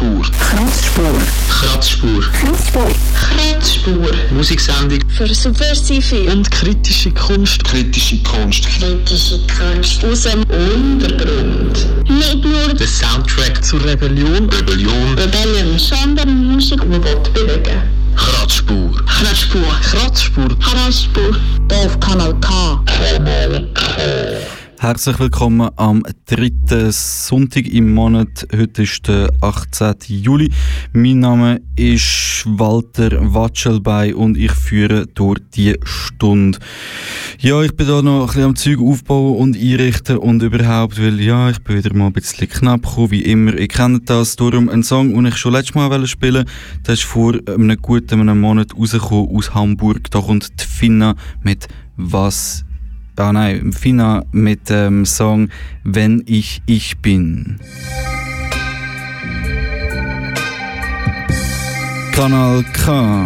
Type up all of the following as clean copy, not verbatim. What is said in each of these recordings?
Kratzspur. Musiksendung für subversive und kritische Kunst. Aus dem Untergrund. Nicht nur Der Soundtrack zur Rebellion, sondern Musik, die bewegen. Kratzspur. Hier auf Kanal K. Herzlich willkommen am 3. Sonntag im Monat. Heute ist der 18. Juli. Mein Name ist Walter Watschelbei und ich führe durch die Stunde. Ja, ich bin da noch ein bisschen am Zeug aufbauen und einrichten und überhaupt, weil ja, ich bin wieder mal ein bisschen knapp gekommen, wie immer. Ihr kennt das, darum ein Song, den ich schon letztes Mal spielen wollte. Der ist vor einem guten Monat rausgekommen aus Hamburg. Da kommt die Finna mit «Was?» Finna mit dem Song «Wenn ich bin». Kanal K.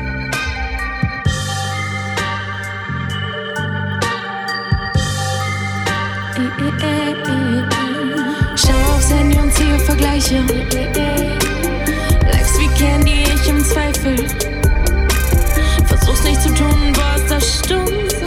Schau aufs Handy und ziehe Vergleiche. Likes wie Candy, ich im Zweifel. Versuch's nicht zu tun, wo ist das stumm?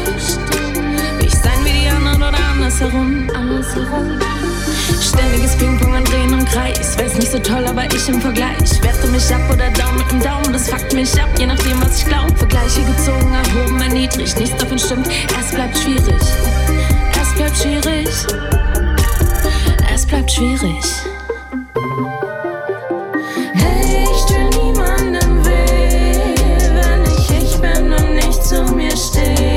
Andersherum. Ständiges Ping-Pong und Drehen im Kreis. Wär's nicht so toll, aber ich im Vergleich. Werte mich ab oder Daumen mit dem Daumen, das fuckt mich ab, je nachdem was ich glaub. Vergleiche gezogen, erhoben, erniedrigt, nichts davon stimmt. Es bleibt schwierig. Hey, ich tu niemandem weh, wenn ich bin und nicht zu mir stehe.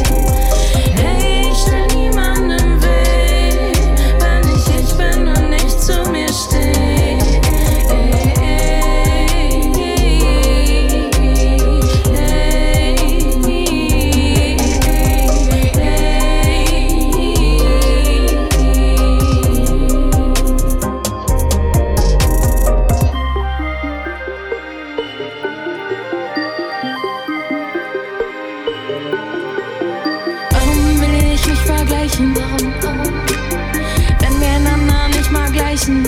Wenn wir einander nicht mal gleichen,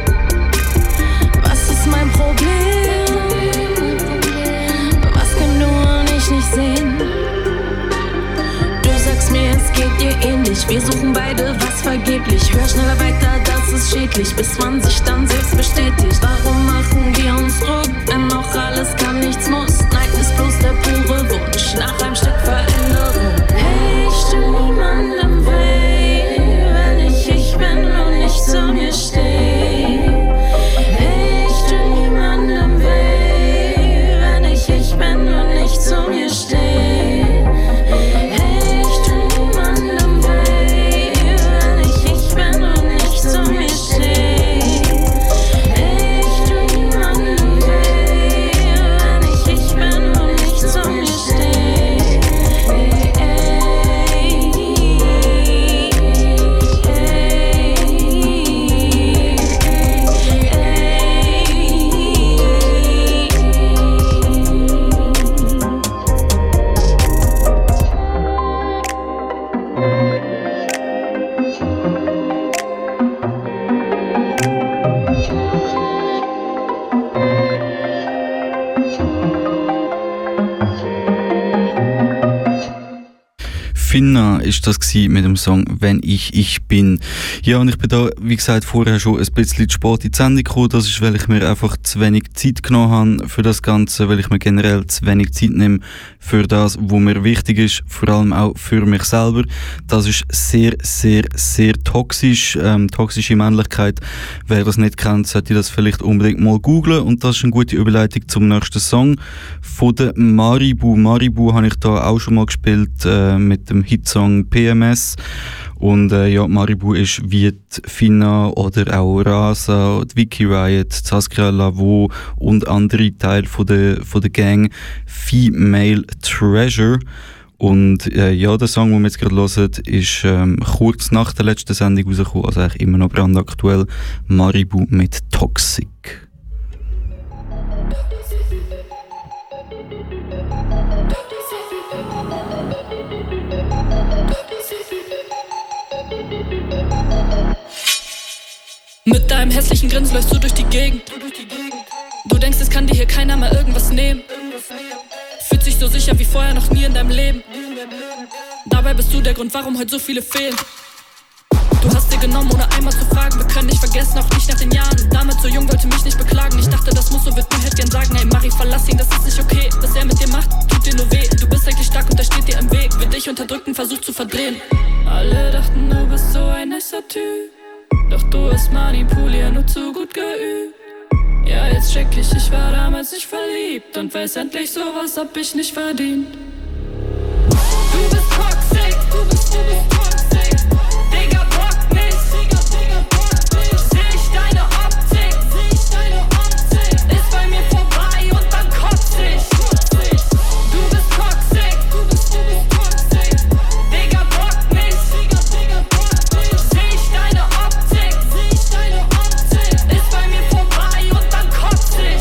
was ist mein Problem? Was kann du und ich nicht sehen? Du sagst mir, es geht dir ähnlich, wir suchen beide was vergeblich. Hör schneller weiter, das ist schädlich, bis man sich dann selbst bestätigt. Warum machen wir uns Druck, wenn noch alles kann, nichts muss? Neid ist bloß der pure Wunsch nach einem Stück Veränderung. Hey, ich tu niemandem weh, wenn ich bin und nicht zu mir stehe. Hey, ich tu niemandem weh, wenn ich bin und nicht zu mir stehe. Hey, ich tu niemandem weh, wenn ich bin und nicht zu mir stehe. Hey, ich tu niemandem weh, wenn ich bin und nicht zu mir stehe. Finna ist das mit dem Song «Wenn ich bin». Ja, und ich bin da, wie gesagt, vorher schon ein bisschen zu spät in die Sendung gekommen. Das ist, weil ich mir einfach zu wenig Zeit genommen habe für das Ganze, weil ich mir generell zu wenig Zeit nehme für das, was mir wichtig ist, vor allem auch für mich selber. Das ist sehr, sehr, sehr toxisch. Toxische Männlichkeit. Wer das nicht kennt, sollte das vielleicht unbedingt mal googlen. Und das ist eine gute Überleitung zum nächsten Song von der Maribu. Maribu habe ich da auch schon mal gespielt mit dem Hitsong PMS. Und ja, Maribu ist wie die Finna oder auch Rasa, die Vicky Riot, Saskia Lavo und andere Teile von der Gang Female Treasure. Und ja, der Song, den wir jetzt gerade hören, ist kurz nach der letzten Sendung rausgekommen, also eigentlich immer noch brandaktuell. Maribu mit Toxic. Mit deinem hässlichen Grinsen läufst du durch die Gegend. Du denkst, es kann dir hier keiner mehr irgendwas nehmen. Fühlt sich so sicher wie vorher noch nie in deinem Leben. Dabei bist du der Grund, warum heute so viele fehlen. Du hast dir genommen, ohne einmal zu fragen. Wir können nicht vergessen, auch nicht nach den Jahren. Damals so jung, wollte mich nicht beklagen. Ich dachte, das muss so, wird mir hätte gern sagen. Ey, Mari, verlass ihn, das ist nicht okay. Was er mit dir macht, tut dir nur weh. Du bist eigentlich stark und er steht dir im Weg. Wird dich unterdrücken, versucht zu verdrehen. Alle dachten, du bist so ein nicer Typ. Doch du hast manipulieren nur zu gut geübt. Ja, jetzt check ich war damals nicht verliebt. Und weiß endlich, sowas hab ich nicht verdient. Du bist toxic, du bist toxic. Digga, bock nicht, Seh ich deine Optik, Ist bei mir vorbei und dann kotz ich. Du bist toxic, Digga, bock nicht, Seh ich deine Optik, Ist bei mir vorbei und dann kotz ich.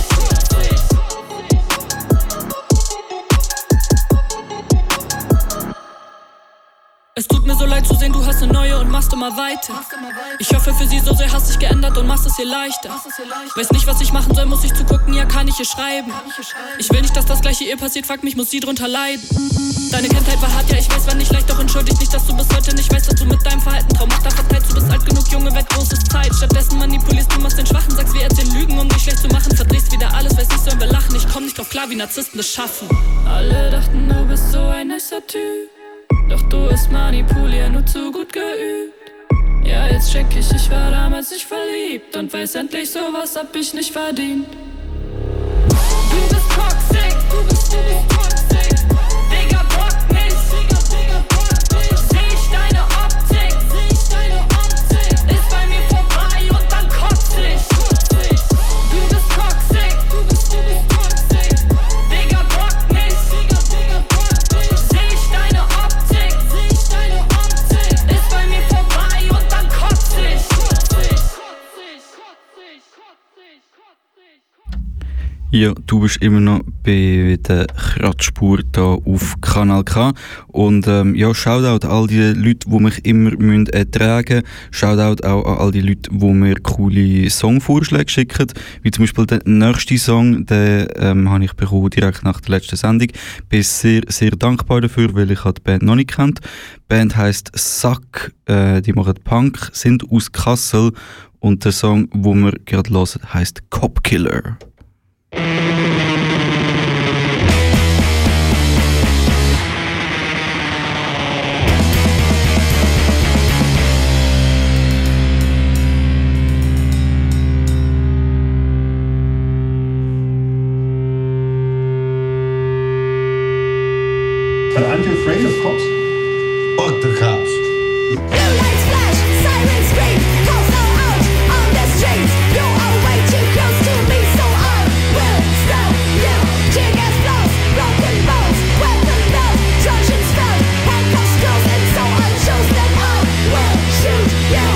Es tut mir so leid zu sehen, du hast eine neue und machst immer weiter. Ich hoffe für sie so sehr, hast dich geändert und machst es ihr leichter. Weiß nicht, was ich machen soll, muss ich zugucken, ja kann ich ihr schreiben. Ich will nicht, dass das gleiche ihr passiert, fuck mich, muss sie drunter leiden. Deine Kindheit war hart, ja ich weiß, war nicht leicht, doch entschuldigt nicht, dass du bis heute nicht weißt, was du mit deinem Verhalten Traumata verteilst. Du bist alt genug, Junge, wird großes Zeit. Stattdessen manipulierst du, machst den Schwachen, sagst, wir erzählen Lügen, um dich schlecht zu machen. Verdrehst wieder alles, weiß nicht, sollen wir lachen. Ich komm nicht drauf klar, wie Narzissten es schaffen. Alle dachten, du bist so ein nicer Typ. Doch du hast manipulieren nur zu gut geübt. Ja, jetzt check ich war damals nicht verliebt. Und weiß endlich, sowas hab ich nicht verdient. Du bist toxic, toxic. Digga, bock nicht, Seh ich deine Optik, Ist bei mir vorbei und dann kotz ich. Du bist toxic, Digga, bock nicht, Seh ich deine Optik, Ist bei mir vorbei und dann kotz ich. Ja, du bist immer noch bei der Kratzspur hier auf Kanal K. Und ja, Shoutout an all die Leute, die mich immer ertragen müssen. Shoutout auch an all die Leute, die mir coole Songvorschläge schicken. Wie zum Beispiel der nächste Song, den habe ich bekommen direkt nach der letzten Sendung. Bin sehr, sehr dankbar dafür, weil ich die Band noch nicht kennt. Die Band heisst Suck, die machen Punk, sind aus Kassel. Und der Song, den wir gerade hören, heisst Cop Killer. But aren't you afraid of cops? Fuck the cops. Blue lights flash, sirens scream, calls are out on the streets. You are way too close to me, so I will stop you. Tear gas blows, broken bones, weapon belt, Trojan spell, handcuffs close, and so I chose that I will shoot you.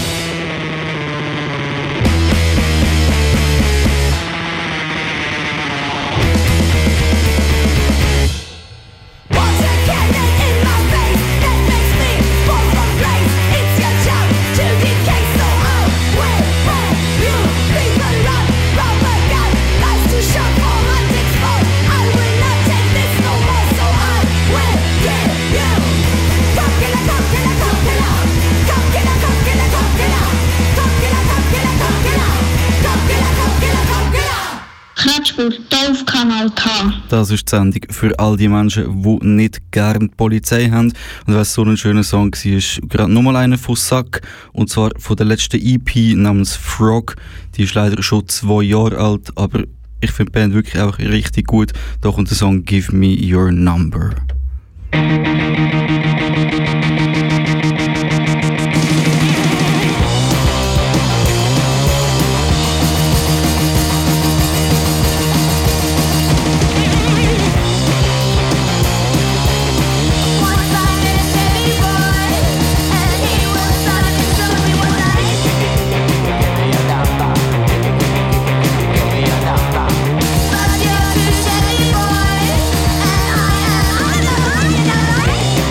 Water cannon in my face, that makes me fall from grace. It's your job to decay, so I will burn you. People run, propaganda, lies to show, politics fall. I will not take this no more, so I will kill you. Cop killer, cop killer, cop killer. Cop killer, cop killer, cop killer. Cop killer, cop killer, cop killer. Cop killer, cop killer, cop killer. Kratzspur, hier auf Kanal K. Das ist die Sendung für all die Menschen, die nicht gerne die Polizei haben. Und weil es so ein schöner Song war, ist gerade nochmal einer von Suck. Und zwar von der letzten EP namens Frog. Die ist leider schon 2 Jahre alt, aber ich finde die Band wirklich auch richtig gut. Da kommt der Song Give Me Your Number. Once I met a Chevy boy, and he was such a silly one night. But you're too Chevy boy, and I am on the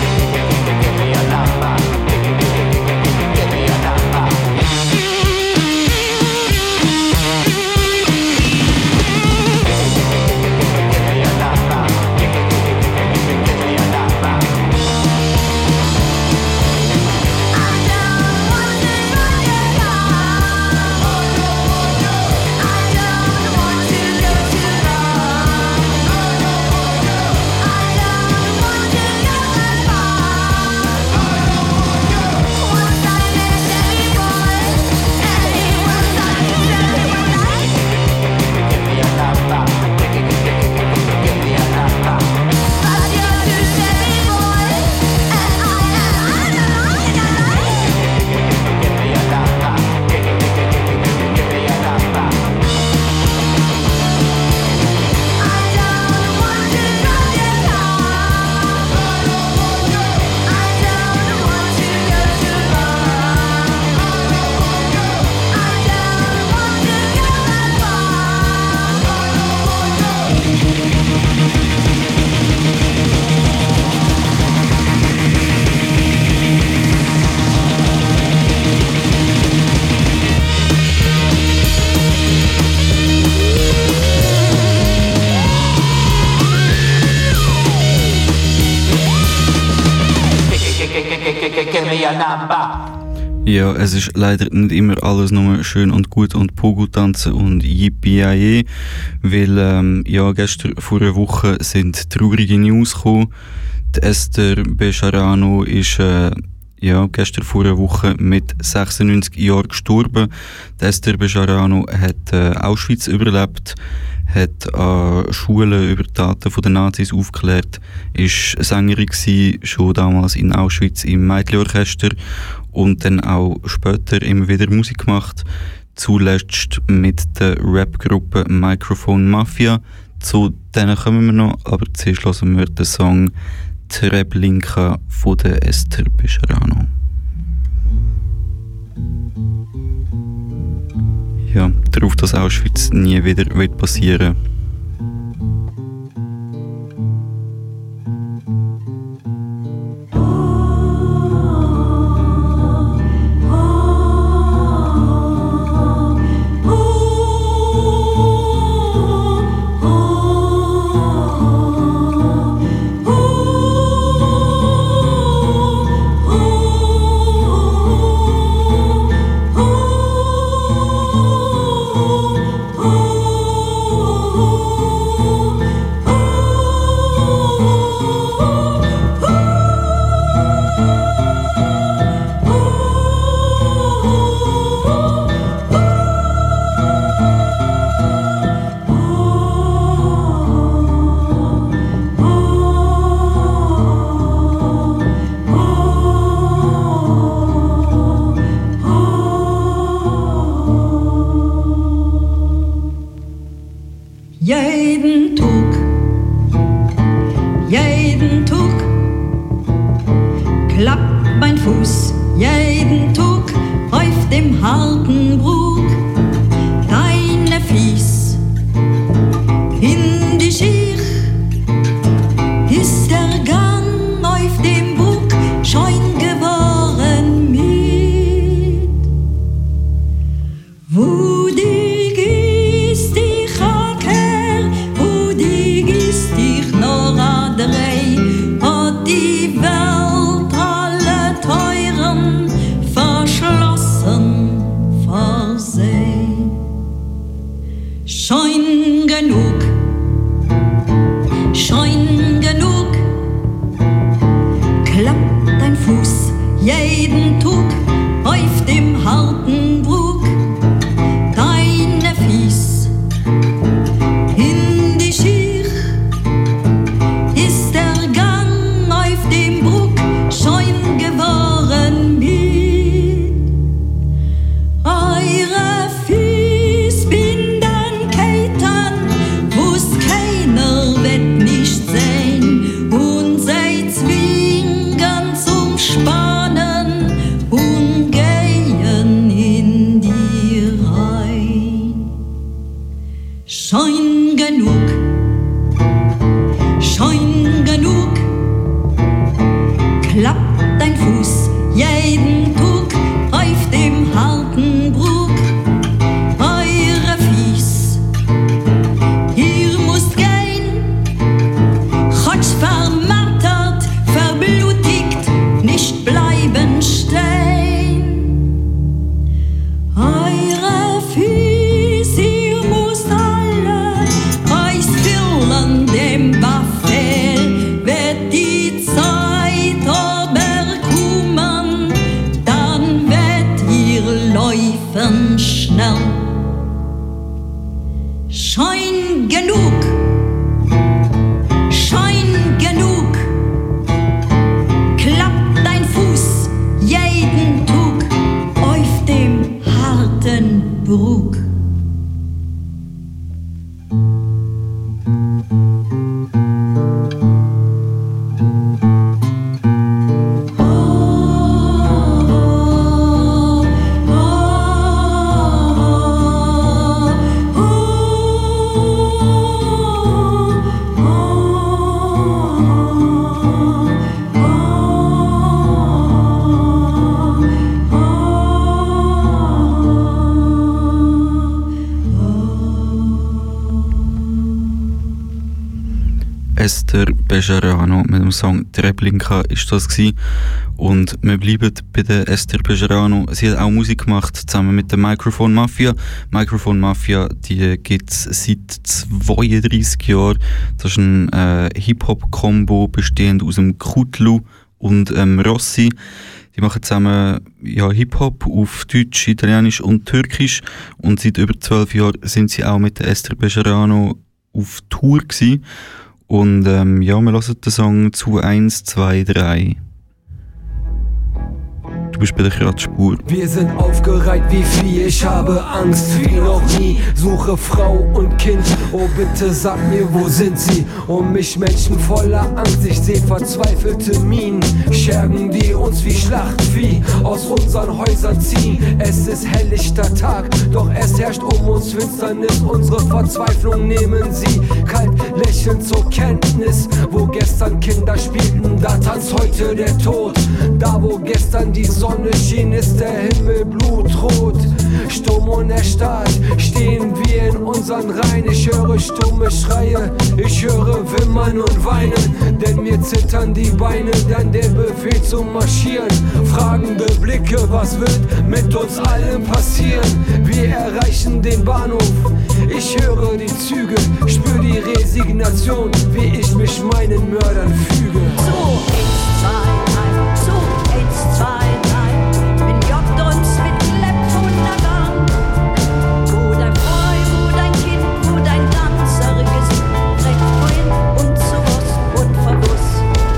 give me your number. Ja, es ist leider nicht immer alles nur schön und gut und Pogo tanzen und Yippie-Aye, weil gestern vor einer Woche sind traurige News gekommen. Die Esther Bejarano ist gestern vor einer Woche mit 96 Jahren gestorben. Die Esther Bejarano hat Auschwitz überlebt, hat an Schulen über die Taten der Nazis aufgeklärt, ist Sängerin gewesen, schon damals in Auschwitz im Mädchenorchester und dann auch später immer wieder Musik gemacht, zuletzt mit der Rap-Gruppe Microphone Mafia. Zu denen kommen wir noch, aber zuerst hören wir den Song Treblinka von der Esther Bejarano. Ja, darauf, dass Auschwitz nie wieder passieren wird. Jeden Tag klappt mein Fuß, jeden Tag auf dem harten Brug. Deine Fies in die Schier ist der Gang auf dem Brug schein geworden mit. Wo die gehst, ich her, wo die gehst, ich noch an drei, hat die Welt alle Teuren verschlossen versehen. Schein genug, klappt dein Fuß jeden Tag auf dem harten Brug. Deine Fies in die Schier ist der Gang auf dem Brug schein geworden mit. Eure Fies binden Ketten, wo's keiner wird nicht sehen, und sie zwingen zum Spannen und gehen in die Reih. Schein genug, klappt dein Fuß jeden Tag auf dem harten Brug. Eure Fies, ihr müsst gehen, Gott vermartert, verblutigt, nicht bleiben stehen. Eure Fies, ihr müsst alle ausfüllen dem Befehl, wird die Zeit aber kommen, dann wird ihr laufen schnell. Schein genug, klappt dein Fuß jeden Tag auf dem harten Brug. Esther Bejarano mit dem Song Treblinka ist das gewesen. Und wir bleiben bei der Esther Bejarano. Sie hat auch Musik gemacht, zusammen mit der Microphone Mafia. Microphone Mafia, die gibt es seit 32 Jahren. Das ist ein Hip-Hop-Kombo, bestehend aus dem Kutlu und Rossi. Die machen zusammen Hip-Hop auf Deutsch, Italienisch und Türkisch. Und seit über 12 Jahren sind sie auch mit der Esther Bejarano auf Tour gewesen. Und wir hören den Song zu 1, 2, 3. Du bist bei der Kratzspur. Wir sind aufgereiht wie Vieh, ich habe Angst wie noch nie. Suche Frau und Kind, oh bitte sag mir, wo sind sie? Um mich Menschen voller Angst, ich seh verzweifelte Minen. Schergen, die uns wie Schlachtvieh aus unseren Häusern ziehen. Es ist helllichter Tag, doch es herrscht um uns Finsternis. Unsere Verzweiflung nehmen sie kalt lächelnd zur Kenntnis. Wo gestern Kinder spielten, da tanzt heute der Tod. Da wo gestern die Sonne schien, ist der Himmel blutrot. Sturm und erstarrt stehen wir in unseren Reihen. Ich höre stumme Schreie, ich höre Wimmern und Weinen, denn mir zittern die Beine, dann der Befehl zum Marschieren. Fragende Blicke, was wird mit uns allen passieren? Wir erreichen den Bahnhof, ich höre die Züge, spür die Resignation, wie ich mich meinen Mördern füge. So, 1, 2, 3. Wenn jagt uns mit Lepfundergang. Wo dein Freu, wo dein Kind, wo dein ganzeriges Recht wohin und zu was und verwuss.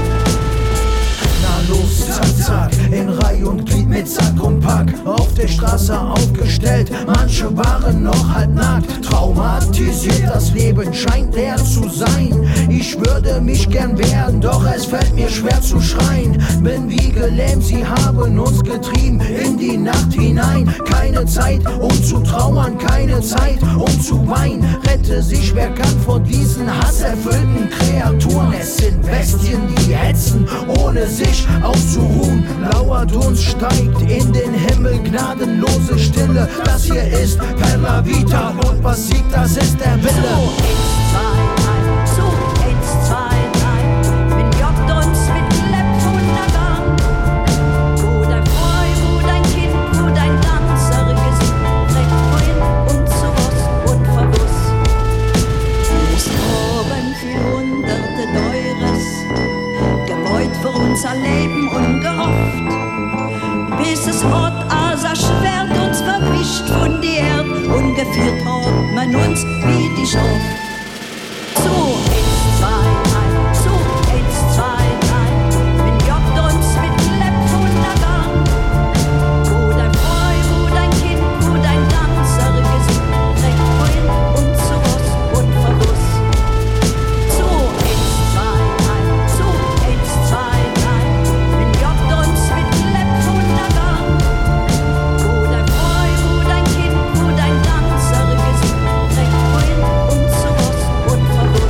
Na los, zack, zack, in Reihe und Glied mit Sack und Pack. Auf der Straße aufgestellt, manche waren noch halb nackt. Traumatisiert, das Leben scheint leer zu sein. Ich würde mich gern wehren, doch es fällt mir schwer zu schreien. Bin wie gelähmt, sie haben uns getrieben in die Nacht hinein. Keine Zeit, um zu trauern, keine Zeit, um zu weinen. Rette sich, wer kann, vor diesen hasserfüllten Kreaturen. Es sind Bestien, die hetzen, ohne sich auszuruhen. Lauert uns, steigt in den Himmel, gnadenlose Stille. Das hier ist Per la Vita und was siegt, das ist der Wille. So, 1, 2, 3. Wenn jagt uns mit Lepfundergang. Wo dein Freu, wo dein Kind, wo dein ganzeriges Recht wohin und zu was und verwuss. Wir haben für Hunderte Teures gebeut für unser Leben und gehofft, bis es Ort Asa Schwert uns verwischt von der Erd und geführt hat man uns wie die Stoff. So, 1, 2, 3, so, 1, 2, 3. Wenn jagt uns mit Lepfundergang. Wo dein Freu, wo dein Kind, wo dein ganzeriges Recht wohin und zu was und verwuss. So, 1, 2, 3, so, 1, 2, 3. Wenn jagt uns mit Lepfundergang. Wo dein Freu, wo dein Kind, wo dein ganzeriges Recht wohin und zu was und verwuss.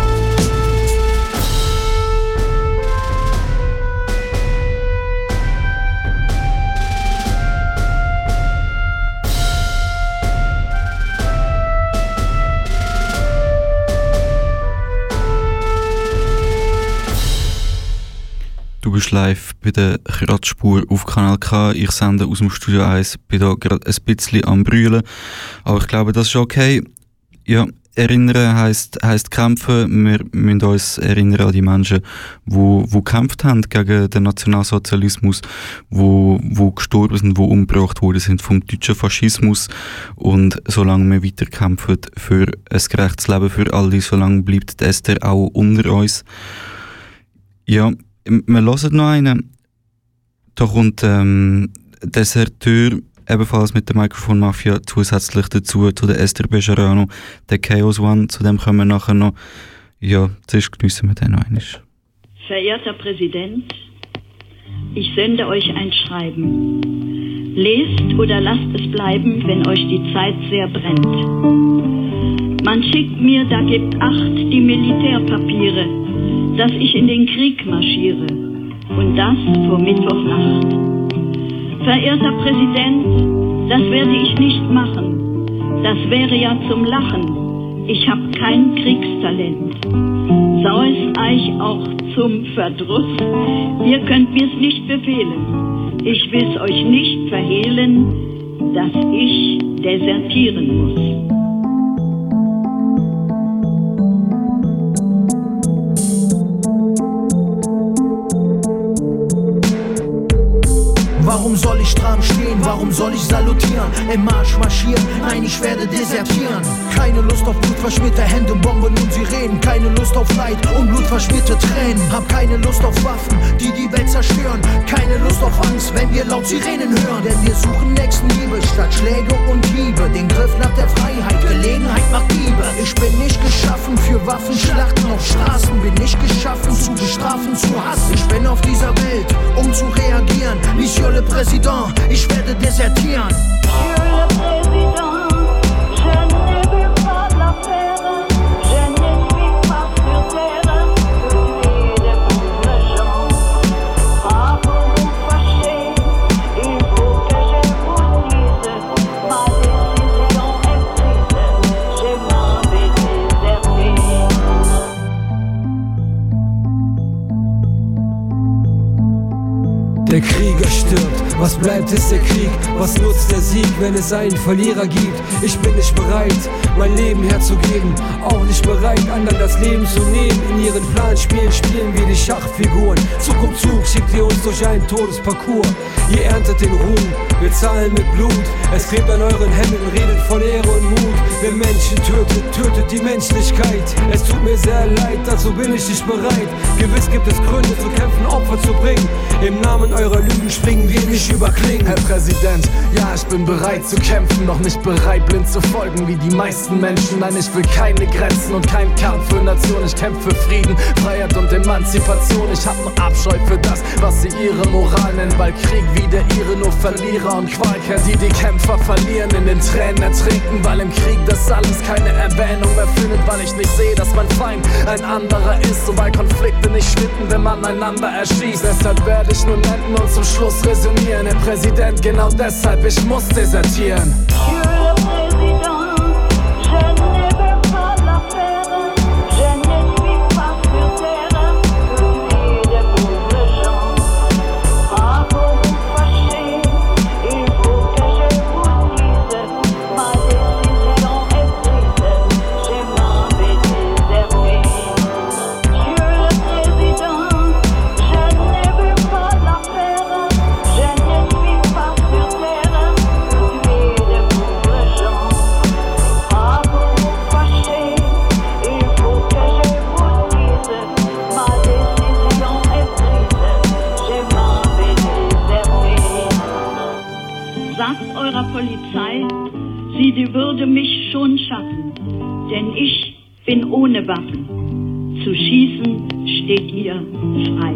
Du bist live bei der Kratzspur auf Kanal K. Ich sende aus dem Studio 1, bin da gerade ein bisschen am Brüllen. Aber ich glaube, das ist okay. Ja, erinnern heisst kämpfen. Wir müssen uns erinnern an die Menschen, die gekämpft haben gegen den Nationalsozialismus, die gestorben sind, die umgebracht worden sind vom deutschen Faschismus. Und solange wir weiter kämpfen für ein gerechtes Leben für alle, solange bleibt die Esther auch unter uns. Ja, wir hören noch einen. Da kommt Deserteur, ebenfalls mit der Microphone Mafia, zusätzlich dazu zu der Esther Bejarano, der Chaos One, zu dem kommen wir nachher noch. Ja, zuerst geniessen wir den noch einmal. Verehrter Präsident, ich sende euch ein Schreiben. Lest oder lasst es bleiben, wenn euch die Zeit sehr brennt. Man schickt mir, da gibt Acht, die Militärpapiere, dass ich in den Krieg marschiere, und das vor Mittwochnacht. Verehrter Präsident, das werde ich nicht machen. Das wäre ja zum Lachen. Ich habe kein Kriegstalent. Sau's euch auch zum Verdruss, ihr könnt mir's nicht befehlen. Ich will's euch nicht verhehlen, dass ich desertieren muss. Warum soll ich dran stehen? Warum soll ich salutieren? Im Marsch marschieren? Nein, ich werde desertieren. Keine Lust auf blutverschmierte Hände, Bomben und Sirenen. Keine Lust auf Leid und blutverschmierte Tränen. Hab keine Lust auf Waffen, die die Welt zerstören. Keine Lust auf Angst, wenn wir laut Sirenen hören. Denn wir suchen Nächstenliebe statt Schläge und Hiebe. Den Griff nach der Freiheit, Gelegenheit macht Diebe. Ich bin nicht geschaffen für Waffenschlachten auf Straßen. Bin nicht geschaffen zu bestrafen, zu hassen. Ich bin auf dieser Welt, um zu reagieren. Monsieur le Président, ich werde desertieren. Monsieur le Président, je ne veux pas l'affaire, je ne suis pas sur terre, celui des pauvres gens. Pas pour vous fâcher, il faut que je vous dise, ma décision est prise, je m'en vais déserter. Der Krieger stirbt, was bleibt ist der Krieg. Was nutzt der Sieg, wenn es einen Verlierer gibt? Ich bin nicht bereit, mein Leben herzugeben. Auch nicht bereit, anderen das Leben zu nehmen. In ihren Planspielen spielen wir die Schachfiguren. Zug um Zug schickt ihr uns durch einen Todesparcours. Ihr erntet den Ruhm, wir zahlen mit Blut. Es klebt an euren Händen, redet von Ehre und Mut. Wer Menschen tötet, tötet die Menschlichkeit. Es tut mir sehr leid, dazu bin ich nicht bereit. Gewiss gibt es Gründe zu kämpfen, Opfer zu bringen. Im Namen eurer Lügen springen wir nicht über Klingen. Herr Präsident, ja, ich bin bereit zu kämpfen, noch nicht bereit blind zu folgen wie die meisten Menschen. Nein, ich will keine Grenzen und keinen Kampf für Nation. Ich kämpfe für Frieden, Freiheit und Emanzipation. Ich hab nur Abscheu für das, was sie ihre Moral nennen, weil Krieg wie der ihre nur Verlierer und Qual kennt. Die Kämpfer verlieren, in den Tränen ertrinken, weil im Krieg das alles keine Erwähnung mehr findet, weil ich nicht sehe, dass mein Feind ein anderer ist und weil Konflikte nicht schwinden, wenn man einander erschießt. Deshalb werde ich nur nennen und zum Schluss resümieren. Herr Präsident, genau deshalb, ich muss desertieren. Monsieur le Président, je ne veux pas l'affaire, je ne suis pas sur terre, celui des pauvres gens. Pas pour vous fâcher, il faut que je vous dise, ma décision est prise, je m'en vais déserter. Monsieur le Président, je ne veux pas l'affaire, je ne suis pas sur terre, celui des pauvres gens. Pas pour vous fâcher, il faut que je vous dise, ma décision est prise, je m'en vais déserter. Sagt eurer Polizei, sie würde mich schon schaffen, denn ich bin ohne Waffen. Zu schießen steht ihr frei.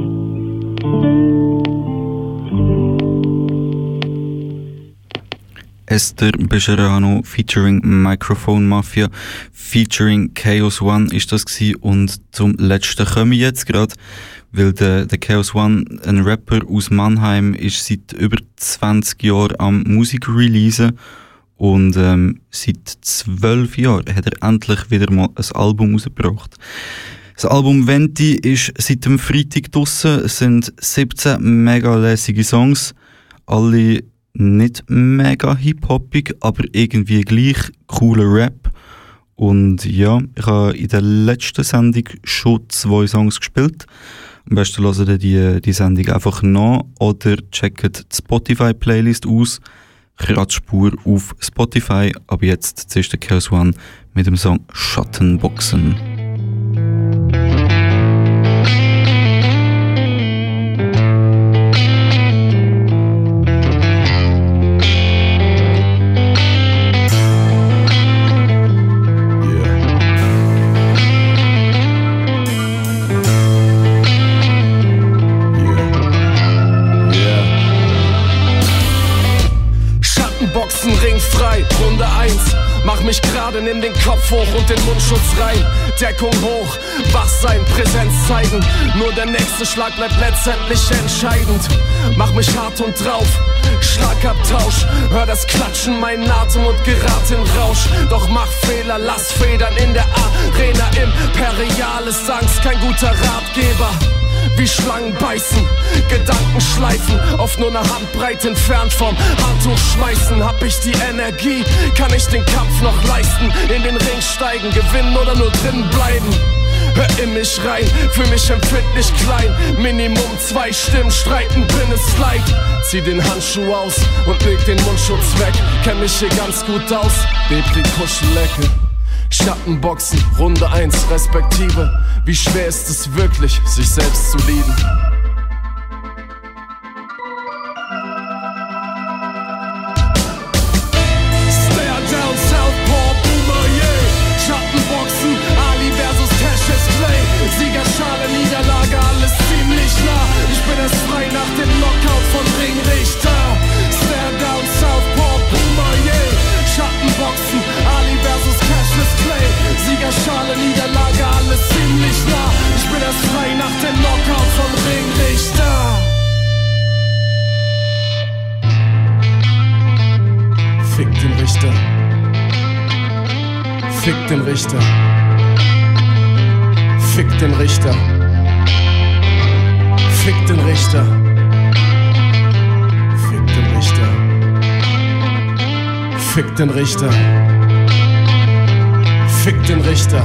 Esther Bejarano featuring Microphone Mafia featuring Chaos One ist das gewesen. Und zum letzten komme ich jetzt gerade, weil der Chaos One, ein Rapper aus Mannheim, ist seit über 20 Jahren am Musik releasen und seit 12 Jahren hat er endlich wieder mal ein Album rausgebracht. Das Album Venti ist seit dem Freitag draussen. Es sind 17 mega lässige Songs, alle nicht mega hip-hoppig, aber irgendwie gleich cooler Rap. Und ja, ich habe in der letzten Sendung schon 2 Songs gespielt. Am besten hört ihr die Sendung einfach nach oder checkt die Spotify-Playlist aus. Kratzspur auf Spotify. Aber jetzt zuerst der Chaos One mit dem Song Schattenboxen. Ringfrei, Runde 1. Mach mich grad Gerade nimm den Kopf hoch und den Mundschutz rein. Deckung hoch, wach sein, Präsenz zeigen. Nur der nächste Schlag bleibt letztendlich entscheidend. Mach mich hart und drauf, Schlagabtausch. Hör das Klatschen, meinen Atem und gerät in Rausch. Doch mach Fehler, lass Federn in der Arena. Imperiales Angst, kein guter Ratgeber. Wie Schlangen beißen, Gedanken schleifen, oft nur eine Handbreit entfernt vom Handtuch schmeißen. Hab ich die Energie, kann ich den Kampf noch leisten? In den Ring steigen, gewinnen oder nur drin bleiben? Hör in mich rein, fühl mich empfindlich klein. Minimum 2 Stimmen streiten, bin es leid. Zieh den Handschuh aus und leg den Mundschutz weg. Kenn mich hier ganz gut aus, leb die Kuschelecke. Schattenboxen, Runde 1, Respektive. Wie schwer ist es wirklich, sich selbst zu lieben? Stare down, Southpaw, Boomer, yeah. Schattenboxen, Ali versus Cassius Clay. Siegerschale, Niederlage, alles ziemlich nah. Ich bin erst frei nach dem Knockout von Ringrichter. Stare down, Southpaw, Boomer, yeah. Schattenboxen, Ali versus Cassius Clay. Siegerschale, Niederlage, alles ziemlich nah. Ich bin erst frei nach dem Knockout vom Ringrichter. Fick den Richter. Fick den Richter. Fick den Richter. Fick den Richter. Fick den Richter. Fick den Richter. Fick den Richter.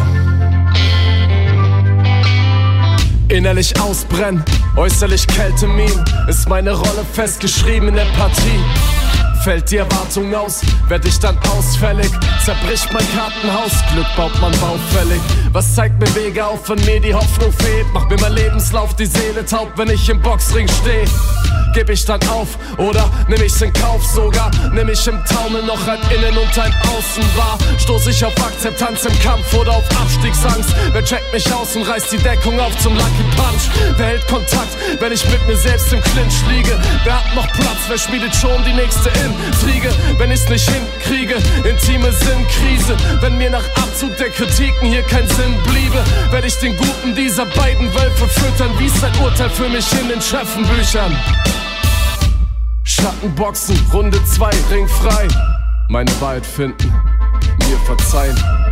Innerlich ausbrennen, äußerlich Kälte mimen. Ist meine Rolle festgeschrieben in der Partie. Fällt die Erwartung aus, werd ich dann ausfällig. Zerbricht mein Kartenhaus, Glück baut man baufällig. Was zeigt mir Wege auf, wenn mir die Hoffnung fehlt? Macht mir mein Lebenslauf die Seele taub, wenn ich im Boxring steh. Geb ich dann auf oder nimm ich's in Kauf sogar? Nimm ich im Taumel noch ein Innen und ein Außen wahr? Stoß ich auf Akzeptanz im Kampf oder auf Abstiegsangst? Wer checkt mich aus und reißt die Deckung auf zum Lucky Punch? Wer hält Kontakt, wenn ich mit mir selbst im Clinch liege? Wer hat noch Platz, wer schmiedet schon die nächste Intrige? Wenn ich's nicht hinkriege, intime Sinnkrise. Wenn mir nach Abzug der Kritiken hier kein Sinn bliebe, werd ich den Guten dieser beiden Wölfe füttern. Wie's ein Urteil für mich in den Chefenbüchern? Schattenboxen, Runde 2, Ring frei. Meine Wahrheit finden, mir verzeihen.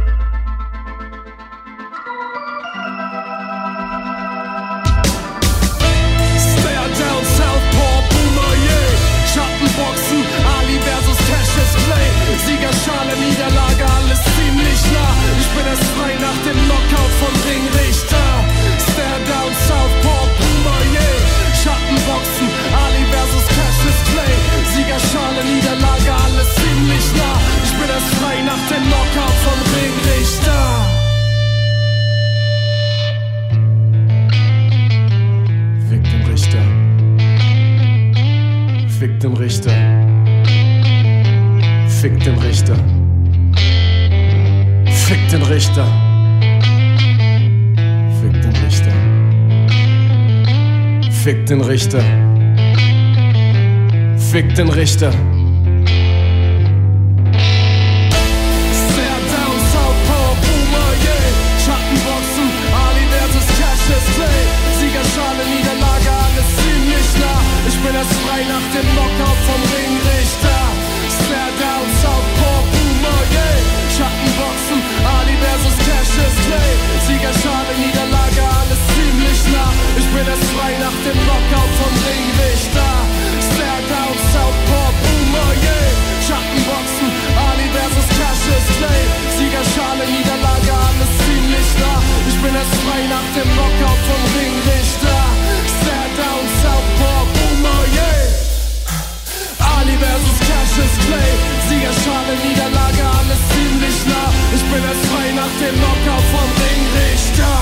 Stare down, Southpaw, Boomer, yeah. Schattenboxen, Ali versus Cassius Clay. Siegerschale, Niederlage, alles ziemlich nah. Ich bin erst frei nach dem Knockout von Ringrichter. Stare down, Southpaw, Boomer, yeah. Schattenboxen, Ali versus Cassius Clay. Siegerschale, Niederlage, alles ziemlich nah. Ich bin erst frei nach dem Knockout von Ringrichter. Fick den Richter. Fick den Richter. Fick den Richter. Fick den Richter. Fick den Richter. Fick den Richter. Fick den Richter. Stare down, Southpaw, Boomer, yeah. Schattenboxen, Ali versus Cassius Clay. Siegerschale, Niederlage, alles ziemlich nah. Ich bin erst frei nach dem Knockout vom Ringrichter. Stare down, Southpaw, Boomer, yeah. Schattenboxen, Ali versus Cassius Clay. Siegerschale, Niederlage, alles ziemlich nah. Ich bin erst frei nach dem Knockout vom Ringrichter. Stare down, Southpaw, Boomer, yeah. Schattenboxen, Ali versus Cassius Clay. Siegerschale, Niederlage, alles ziemlich nah. Ich bin erst frei nach dem Knockout vom Ringrichter. Stare down, Southpaw, Boomer, yeah. Ali versus Cassius Clay. Siegerschale, Niederlage, alles ziemlich nah. Ich bin erst frei nach dem Knockout vom Ringrichter.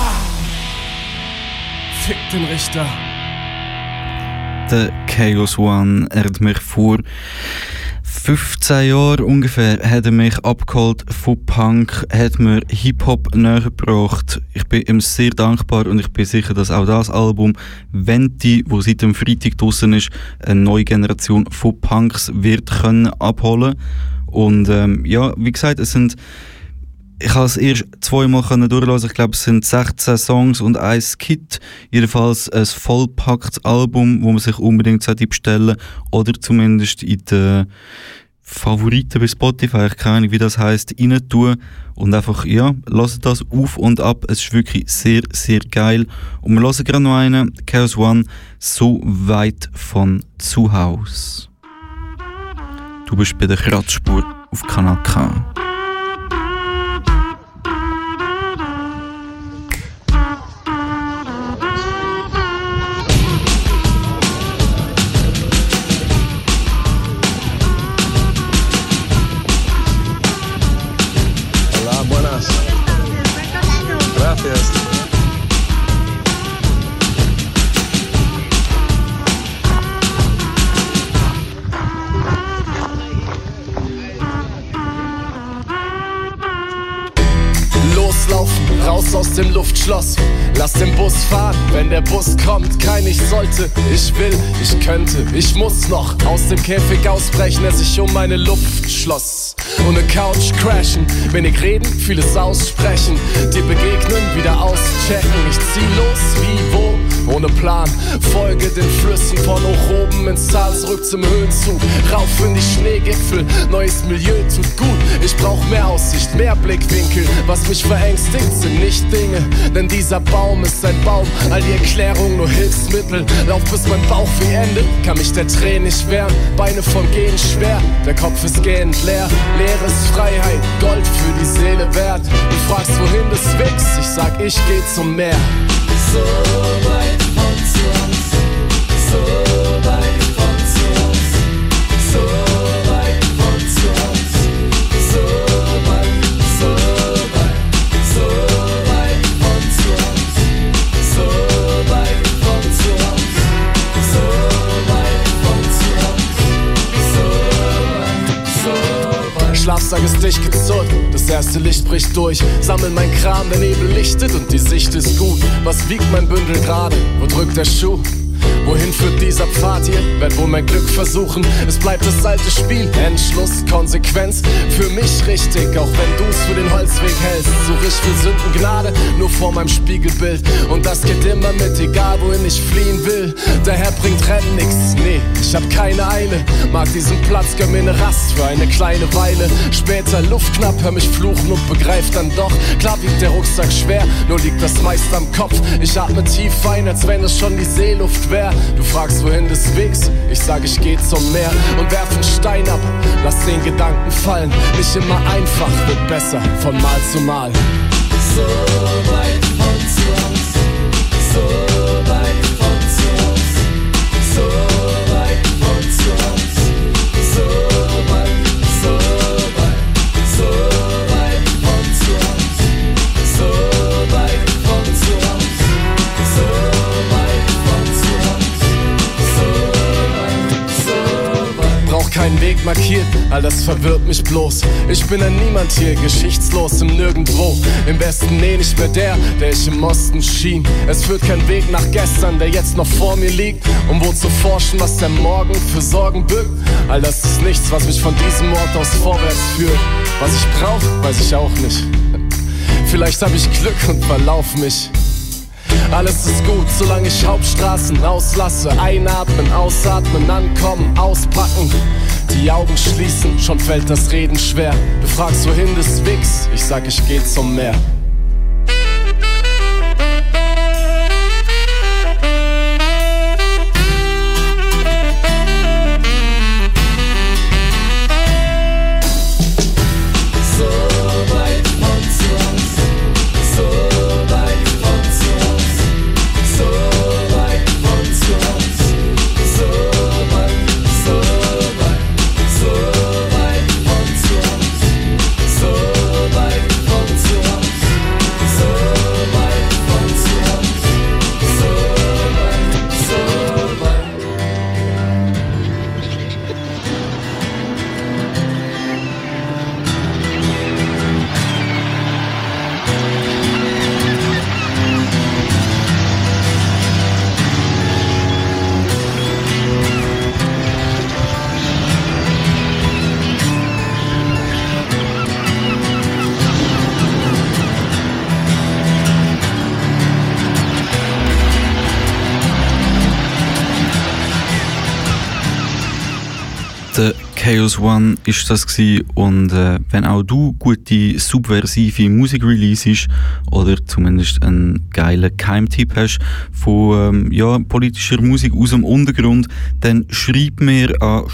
Fick den Richter. Der Chaos One, er hat mich vor 15 Jahren ungefähr hat er mich abgeholt von Punk, hat mir Hip-Hop nähergebracht. Ich bin ihm sehr dankbar und ich bin sicher, dass auch das Album Venti, wo seit dem Freitag draussen ist, eine neue Generation von Punks wird können abholen. Und ja, wie gesagt, es sind Ich habe es erst 2 Mal durchlesen. Ich glaube, es sind 16 Songs und ein Skit. Jedenfalls ein vollpacktes Album, das man sich unbedingt bestellen sollte. Oder zumindest in den Favoriten bei Spotify, ich keine Ahnung, wie das heisst, rein tun. Und einfach, ja, lasst das auf und ab. Es ist wirklich sehr, sehr geil. Und wir hören gerade noch einen, Chaos One, so weit von zu Haus. Du bist bei der Kratzspur auf Kanal K. Gracias. Loslaufen, raus aus dem Luftschloss. Lass den Bus fahren, wenn der Bus kommt. Kein ich sollte, ich will, ich könnte, ich muss noch aus dem Käfig ausbrechen, der sich um meine Luft schloss. Ohne Couch crashen, wenig reden, vieles aussprechen. Dir begegnen, wieder auschecken. Ich zieh los, wie, wo, ohne Plan. Folge den Flüssen von hoch oben ins Tal, zurück zum Höhenzug. Rauf in die Schneegipfel, neues Milieu tut gut. Ich brauch mehr Aussicht, mehr Blickwinkel. Was mich verängstigt, sind nicht Dinge, denn dieser Baum ist ein Baum. All die Erklärungen nur Hilfsmittel. Lauf bis mein Bauch wie endet, kann mich der Tränen nicht wehren. Beine vom Gehen schwer, der Kopf ist gehend leer. Leere ist Freiheit, Gold für die Seele wert. Du fragst, wohin des Wegs, ich sag, ich geh zum Meer. So weit von zu Haus, so weit von zu Haus, so weit von zu Haus, so weit, so weit, so weit von zu Haus, so weit von zu Haus, so weit von zu Haus, so weit. Schlafsack ist dicht gezurrt, das erste Licht bricht durch. Sammel mein Kram, der Nebel lichtet und die Sicht ist gut. Was wiegt mein Bündel gerade? Wo drückt der Schuh? Wohin führt dieser Pfad hier? Werd wohl mein Glück versuchen. Es bleibt das alte Spiel. Entschluss, Konsequenz. Für mich richtig, auch wenn du's für den Holzweg hältst. Such ich für Sünden Gnade, nur vor meinem Spiegelbild. Und das geht immer mit, egal wohin ich fliehen will. Daher bringt Rennen nix, nee, ich hab keine Eile. Mag diesen Platz, gönn mir ne Rast für eine kleine Weile. Später Luft knapp, hör mich fluchen und begreif dann doch. Klar wiegt der Rucksack schwer, nur liegt das meist am Kopf. Ich atme tief ein, als wenn es schon die Seeluft wär. Du fragst, wohin des Wegs? Ich sag, ich geh zum Meer und werf einen Stein ab. Lass den Gedanken fallen. Nicht immer einfach, wird besser von Mal zu Mal. So weit von zu Haus, so weit von zu Haus, so weit von zu Haus, so weit, so weit, so weit von zu Haus, so weit von zu Haus, so weit von zu Haus, so weit. Brauch keinen Weg markiert, all das verwirrt mich bloß. Ich bin ein Niemand hier, geschichtslos im Nirgendwo. Im Westen nicht mehr der ich im Osten schien. Es führt kein Weg nach gestern, der jetzt noch vor mir liegt. Um wo zu forschen, was der Morgen für Sorgen birgt. All das ist nichts, was mich von diesem Ort aus vorwärts führt. Was ich brauch, weiß ich auch nicht. Vielleicht hab ich Glück und verlauf mich. Alles ist gut, solange ich Hauptstraßen auslasse. Einatmen, ausatmen, ankommen, auspacken. Die Augen schließen, schon fällt das Reden schwer. Du fragst, wohin des Wegs? Ich sag, ich geh zum Meer. Der Chaos One ist das gewesen. Und wenn auch du gute subversive Musik releasest oder zumindest einen geilen Keimtipp hast von politischer Musik aus dem Untergrund, dann schreib mir an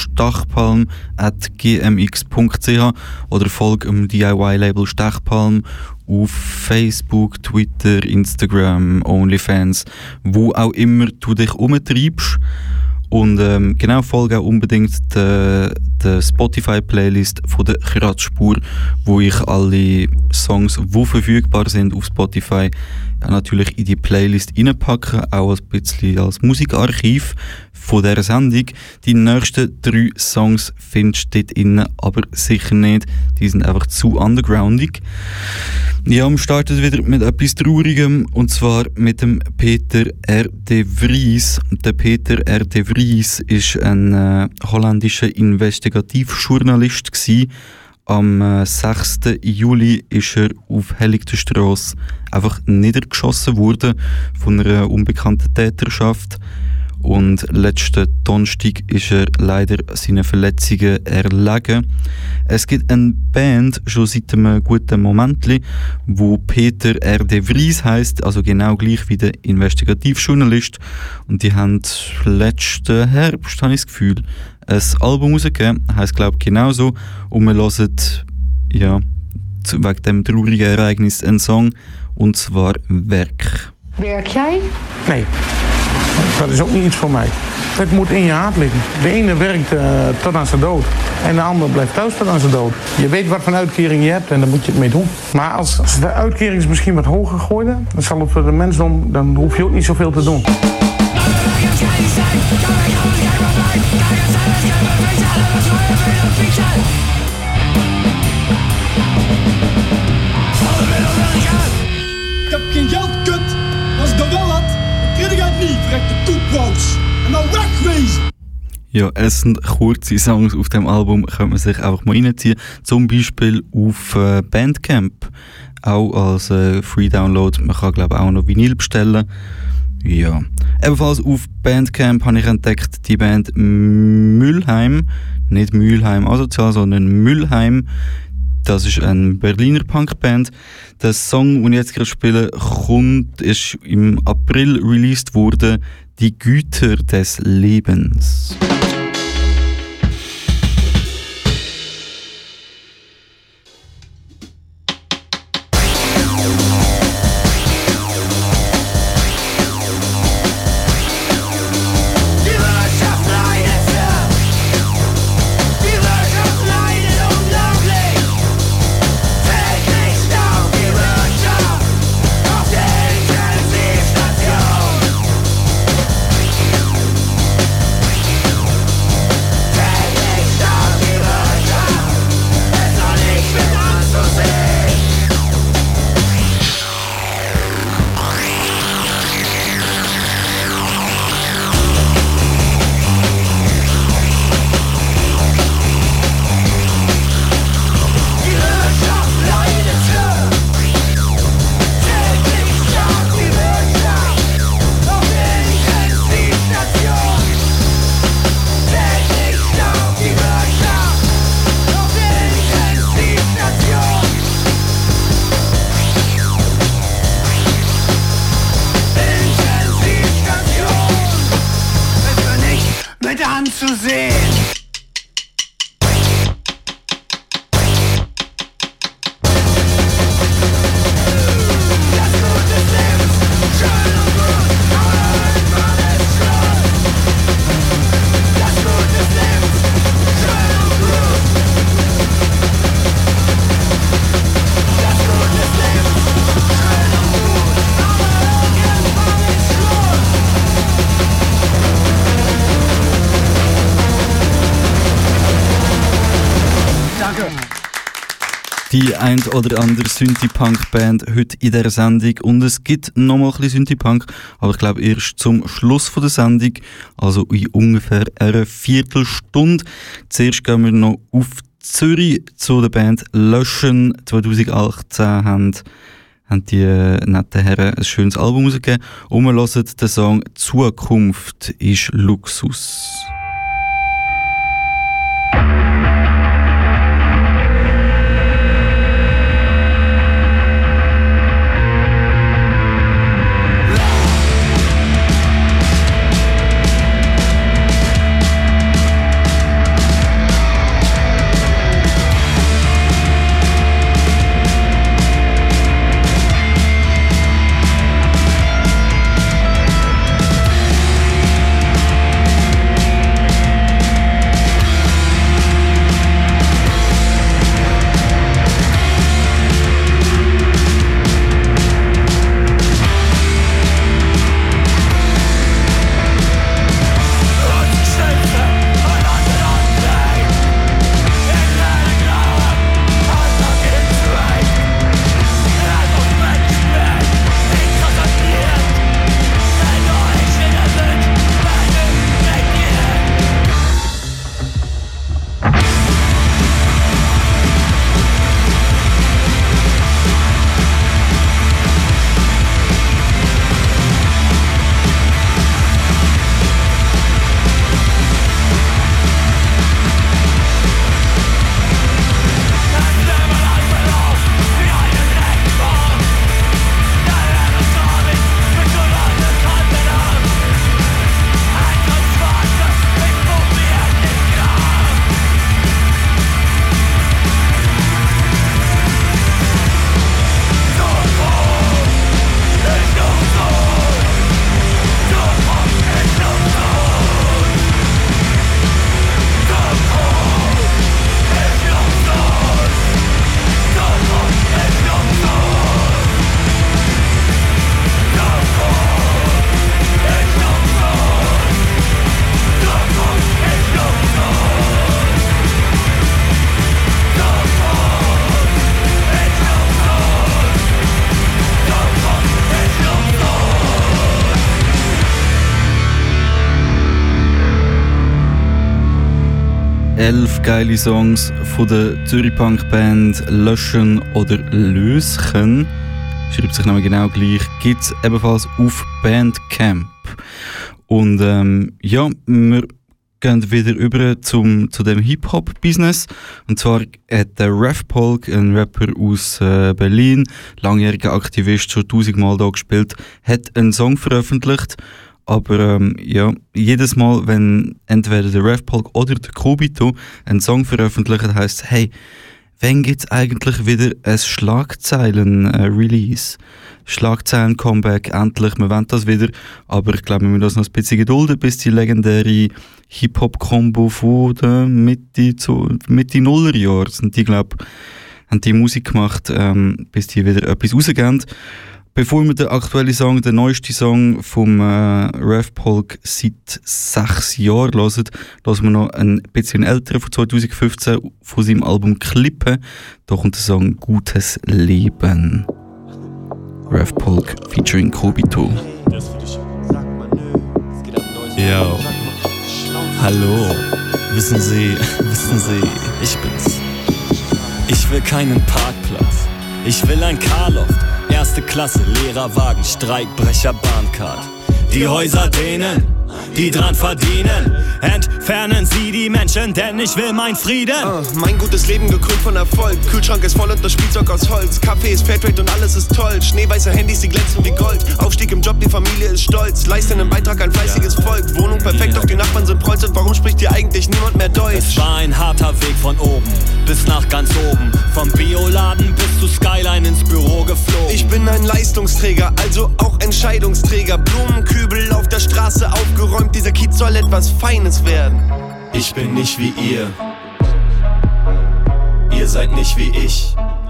stachpalm@gmx.ch oder folg dem DIY-Label Stachpalm auf Facebook, Twitter, Instagram, OnlyFans, wo auch immer du dich umtreibst. Und genau, folge auch unbedingt der Spotify-Playlist von der Kratzspur, wo ich alle Songs, die verfügbar sind auf Spotify, natürlich in die Playlist reinpacke, auch ein bisschen als Musikarchiv von dieser Sendung. Die nächsten 3 Songs findest du dort drin, aber sicher nicht. Die sind einfach zu undergroundig. Ja, wir starten wieder mit etwas Traurigem, und zwar mit dem Peter R. de Vries. Der Peter R. de Vries ist ein holländischer Investigativjournalist gewesen. Am 6. Juli ist er auf Helligtenstrasse einfach niedergeschossen worden von einer unbekannten Täterschaft. Und letzten Donnerstag ist er leider seinen Verletzungen erlegen. Es gibt eine Band schon seit einem guten Moment, wo Peter R. de Vries heisst, also genau gleich wie der Investigativjournalist. Und die haben letzten Herbst, habe ich das Gefühl, ein Album rausgegeben, heisst glaube ich genauso. Und wir hören wegen dem traurigen Ereignis einen Song, und zwar Werk. Werk jij? Nee. Dat is ook niet iets voor mij. Het moet in je hart liggen. De ene werkt tot aan zijn dood. En de ander blijft thuis tot aan zijn dood. Je weet wat voor uitkering je hebt en daar moet je het mee doen. Maar als de uitkering misschien wat hoger gooien, dan zal het voor de mensdom, dan hoef je ook niet zoveel te doen. Ik heb geen geld, kut. Als ik dat wel had, dan kreeg ik het niet. Verrekte koekboos. En nou wegwezen. Ja, es sind kurze Songs auf dem Album, könnte man sich einfach mal reinziehen. Zum Beispiel auf Bandcamp, auch als Free Download. Man kann, glaube ich, auch noch Vinyl bestellen. Ja. Ebenfalls auf Bandcamp habe ich entdeckt die Band Mülheim. Nicht Mülheim asozial, sondern Mülheim. Das ist eine Berliner Punkband. Der Song, den ich jetzt gerade spiele, ist im April released worden. Die Güter des Lebens. Die ein oder andere Synthie-Punk-Band heute in dieser Sendung. Und es gibt noch mal ein bisschen Synthie-Punk, aber ich glaube erst zum Schluss von der Sendung, also in ungefähr einer Viertelstunde. Zuerst gehen wir noch auf Zürich zu der Band Löschen. 2018 haben die netten Herren ein schönes Album rausgegeben. Und wir hören den Song «Zukunft ist Luxus». 11 geile Songs von der Zürich-Punk-Band Löschen oder Löschen, schreibt sich nämlich genau gleich, gibt es ebenfalls auf Bandcamp. Und ja, wir gehen wieder über zu dem Hip-Hop-Business. Und zwar hat der Ref-Polk, ein Rapper aus Berlin, langjähriger Aktivist, schon 1000-mal da gespielt, hat einen Song veröffentlicht. Aber ja, jedes Mal, wenn entweder der Ref-Polk oder der Kobito einen Song veröffentlichen, heisst es, hey, wann gibt's eigentlich wieder ein Schlagzeilen-Release? Schlagzeilen-Comeback, endlich, wir wollen das wieder. Aber ich glaube, wir müssen das noch ein bisschen gedulden, bis die legendäre Hip-Hop-Kombo von der Mitte Nullerjahre sind die, glaube haben die Musik gemacht, bis die wieder etwas rausgeben. Bevor wir den aktuellen Song, den neuesten Song vom Ref-Polk seit 6 Jahren hören wir noch ein bisschen älteren von 2015 von seinem Album Klippe. Da kommt der Song Gutes Leben. Ref-Polk featuring Kobito. Yo. Hallo. Wissen Sie, ich bin's. Ich will keinen Parkplatz. Ich will ein Carloft. Erste Klasse, Lehrerwagen, Streikbrecher, Bahncard. Die Häuser denen, die dran verdienen. Entfernen Sie die Menschen, denn ich will mein Frieden. Mein gutes Leben gekrönt von Erfolg. Kühlschrank ist voll und das Spielzeug aus Holz. Kaffee ist Fairtrade und alles ist toll. Schneeweiße Handys, die glänzen wie Gold. Aufstieg im Job, die Familie ist stolz. Leisten einen Beitrag, ein fleißiges Volk. Wohnung perfekt, doch die Nachbarn sind prolz. Und warum spricht hier eigentlich niemand mehr Deutsch? Es war ein harter Weg von oben bis nach ganz oben. Vom Bioladen bis zu Skyline ins Büro geflogen. Ich bin ein Leistungsträger, also auch Entscheidungsträger. Blumenkübel auf der Straße aufgeräumt. Dieser Kiez soll etwas Feines werden. Ich bin nicht wie ihr. Ihr seid nicht wie ich.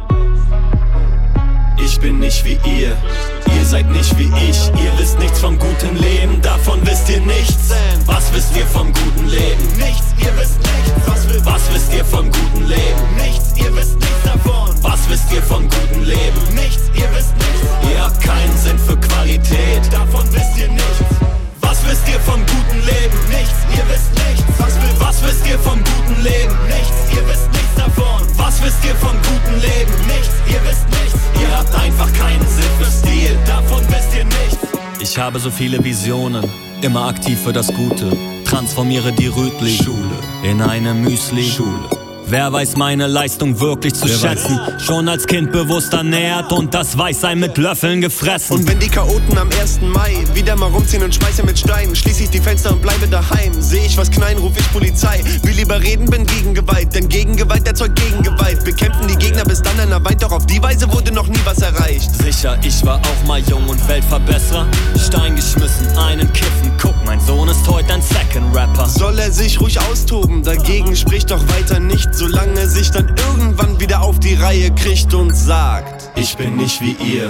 Ich bin nicht wie ihr. Ihr seid nicht wie ich. Ihr wisst nichts vom guten Leben, davon wisst ihr nichts. Was wisst ihr vom guten Leben? Nichts, ihr wisst nichts. Was wisst ihr vom guten Leben? Nichts, ihr wisst nichts davon. Was wisst ihr vom guten Leben? Nichts, ihr wisst nichts. Ihr habt keinen Sinn für Qualität, davon wisst ihr nichts. Was wisst ihr vom guten Leben? Nichts, ihr wisst nichts. Was wisst ihr vom guten Leben? Nichts, ihr wisst nichts davon. Was wisst ihr vom guten Leben? Nichts, ihr wisst nichts. Ihr habt einfach keinen Sinn für Stil, davon wisst ihr nichts. Ich habe so viele Visionen, immer aktiv für das Gute. Transformiere die Rütli-Schule in eine Müsli-Schule. Wer weiß meine Leistung wirklich zu schätzen? Schon als Kind bewusst ernährt und das Weißsein mit Löffeln gefressen. Und wenn die Chaoten am 1. Mai wieder mal rumziehen und schmeißen mit Steinen, schließ ich die Fenster und bleibe daheim. Seh ich was knallen, ruf ich Polizei. Will lieber reden, bin gegen Gewalt, denn Gegengewalt erzeugt Gegengewalt. Bekämpfen die Gegner, bis dann einer weint, doch auf die Weise wurde noch nie was erreicht. Sicher, ich war auch mal jung und Weltverbesserer. Stein geschmissen, einen kiffen, guck, mein Sohn ist heute ein Second-Rapper. Soll er sich ruhig austoben, dagegen spricht doch weiter nicht, solange er sich dann irgendwann wieder auf die Reihe kriegt und sagt: Ich bin nicht wie ihr.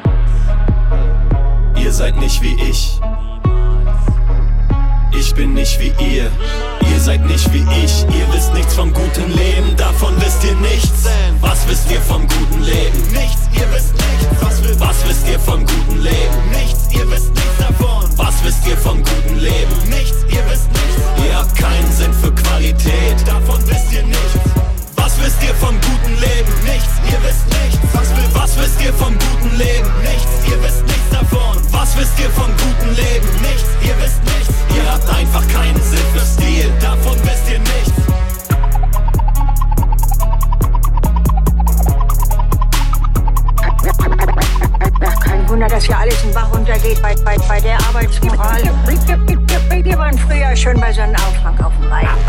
Ihr seid nicht wie ich. Ich bin nicht wie ihr. Ihr seid nicht wie ich. Ihr wisst nichts vom guten Leben, davon wisst ihr nichts. Was wisst ihr vom guten Leben? Nichts, ihr wisst nichts. Was wisst ihr vom guten Leben? Nichts, ihr wisst nichts davon. Was wisst ihr vom guten Leben? Nichts, ihr wisst nichts. Ihr habt keinen Sinn für Qualität, davon wisst ihr nichts. Was wisst ihr vom guten Leben? Nichts, ihr wisst nichts. Was wisst ihr vom guten Leben? Nichts, ihr wisst nichts davon. Was wisst ihr vom guten Leben? Nichts, ihr wisst nichts. Ihr habt einfach keinen Sinn für Stil, davon wisst ihr nichts. Kein Wunder, dass hier alles in Bach runtergeht bei der Arbeitsmoral. Wir waren früher schon bei Sonnenaufgang auf dem Rhein.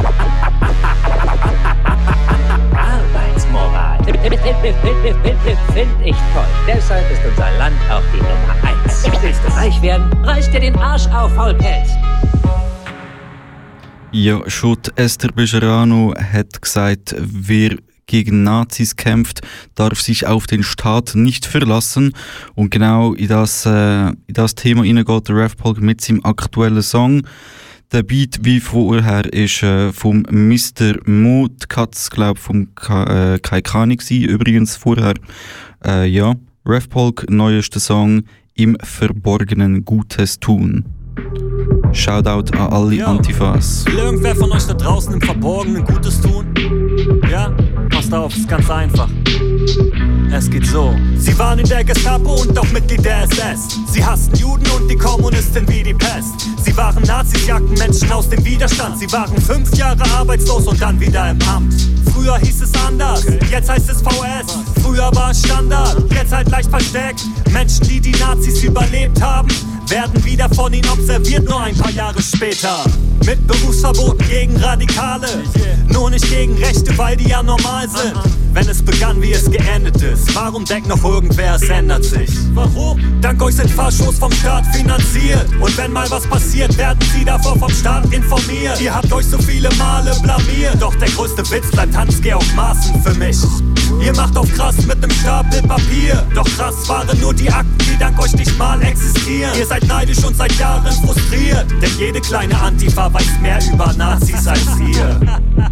Arbeitsmoral. Find ich toll. Deshalb ist unser Land auch die Nummer 1. Willst du reich werden? Reiß dir den Arsch auf, Faulpelz. Ja, schon Esther Bejarano hat gesagt, wer gegen Nazis kämpft, darf sich auf den Staat nicht verlassen. Und genau in das Thema hineingeht der Ref-Polk mit seinem aktuellen Song. Der Beat, wie vorher, ist vom Mr. Mo, die Katz, glaube ich, vom Kai Kani gsi. Übrigens vorher, ja, Ref-Polk, neuester Song, im Verborgenen Gutes tun. Shoutout an alle Antifas. Will irgendwer von euch da draußen im Verborgenen Gutes tun? Ja? Passt auf, ist ganz einfach. Es geht so. Sie waren in der Gestapo und auch Mitglied der SS. Sie hassten Juden und die Kommunisten wie die Pest. Sie waren Nazis, jagten Menschen aus dem Widerstand. Sie waren 5 Jahre arbeitslos und dann wieder im Amt. Früher hieß es anders, jetzt heißt es VS. Früher war es Standard, jetzt halt leicht versteckt. Menschen, die die Nazis überlebt haben, werden wieder von ihnen observiert, nur ein paar Jahre später. Mit Berufsverboten gegen Radikale, nur nicht gegen Rechte, weil die ja normal sind. Wenn es begann, wie es geendet ist, warum denkt noch irgendwer, es ändert sich? Warum? Dank euch sind Faschos vom Staat finanziert. Und wenn mal was passiert, werden sie davor vom Staat informiert. Ihr habt euch so viele Male blamiert, doch der größte Witz bleibt Hans-Georg Maaßen für mich. Ihr macht auf krass mit nem Stapel Papier, doch krass waren nur die Akten, die dank euch nicht mal existieren. Ihr seid neidisch und seit Jahren frustriert, denn jede kleine Antifa weiß mehr über Nazis als ihr.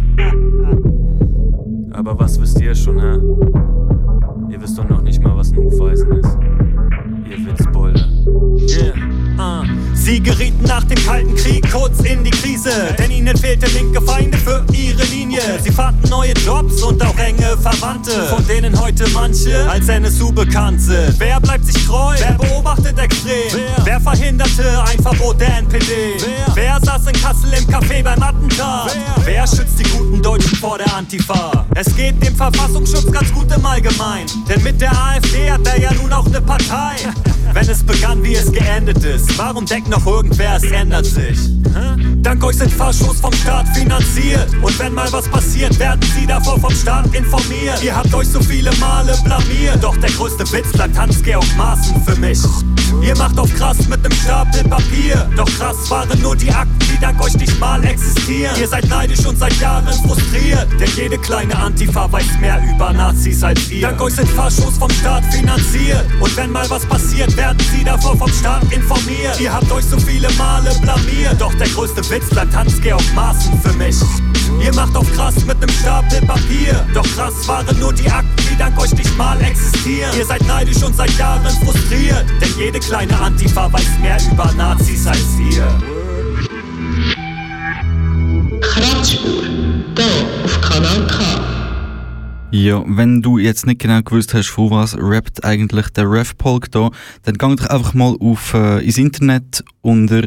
Aber was wisst ihr schon, hä? Ihr wisst doch noch nicht mal, was ein Hufeisen ist. Ihr Witzbolde. Yeah. Sie gerieten nach dem Kalten Krieg kurz in die Krise, denn ihnen fehlte linke Feinde für ihre Linie. Sie fanden neue Jobs und auch enge Verwandte, von denen heute manche als NSU bekannt sind. Wer bleibt sich treu? Wer beobachtet extrem? Wer verhinderte ein Verbot der NPD? Wer saß in Kassel im Café beim Attentat? Wer schützt die guten Deutschen vor der Antifa? Es geht dem Verfassungsschutz ganz gut im Allgemeinen, denn mit der AfD hat er ja nun auch eine Partei. Wenn es begann, wie es geendet ist, warum denkt noch irgendwer, es ändert sich? Dank euch sind Faschos vom Staat finanziert. Und wenn mal was passiert, werden sie davor vom Staat informiert. Ihr habt euch so viele Male blamiert, doch der größte Witz bleibt Hans-Georg Maaßen für mich. Ihr macht auf krass mit nem Stapel Papier, doch krass waren nur die Akten, die dank euch nicht mal existieren. Ihr seid neidisch und seit Jahren frustriert, denn jede kleine Antifa weiß mehr über Nazis als ihr. Dank euch sind Faschos vom Staat finanziert. Und wenn mal was passiert, werden sie davor vom Staat informiert. Ihr habt euch so viele Male blamiert, doch der größte Witz bleibt Hans-Georg Maaßen für mich. Ihr macht auf krass mit nem Stapel Papier, doch krass waren nur die Akten, die dank euch nicht mal existieren. Ihr seid neidisch und seit Jahren frustriert, denn jede kleine Antifa weiß mehr über Nazis als ihr. Kratzspur, da auf Kanal K. Ja, wenn du jetzt nicht genau gewusst hast, von was rappt eigentlich der Ref-Polk da, dann gang doch einfach mal auf ins Internet unter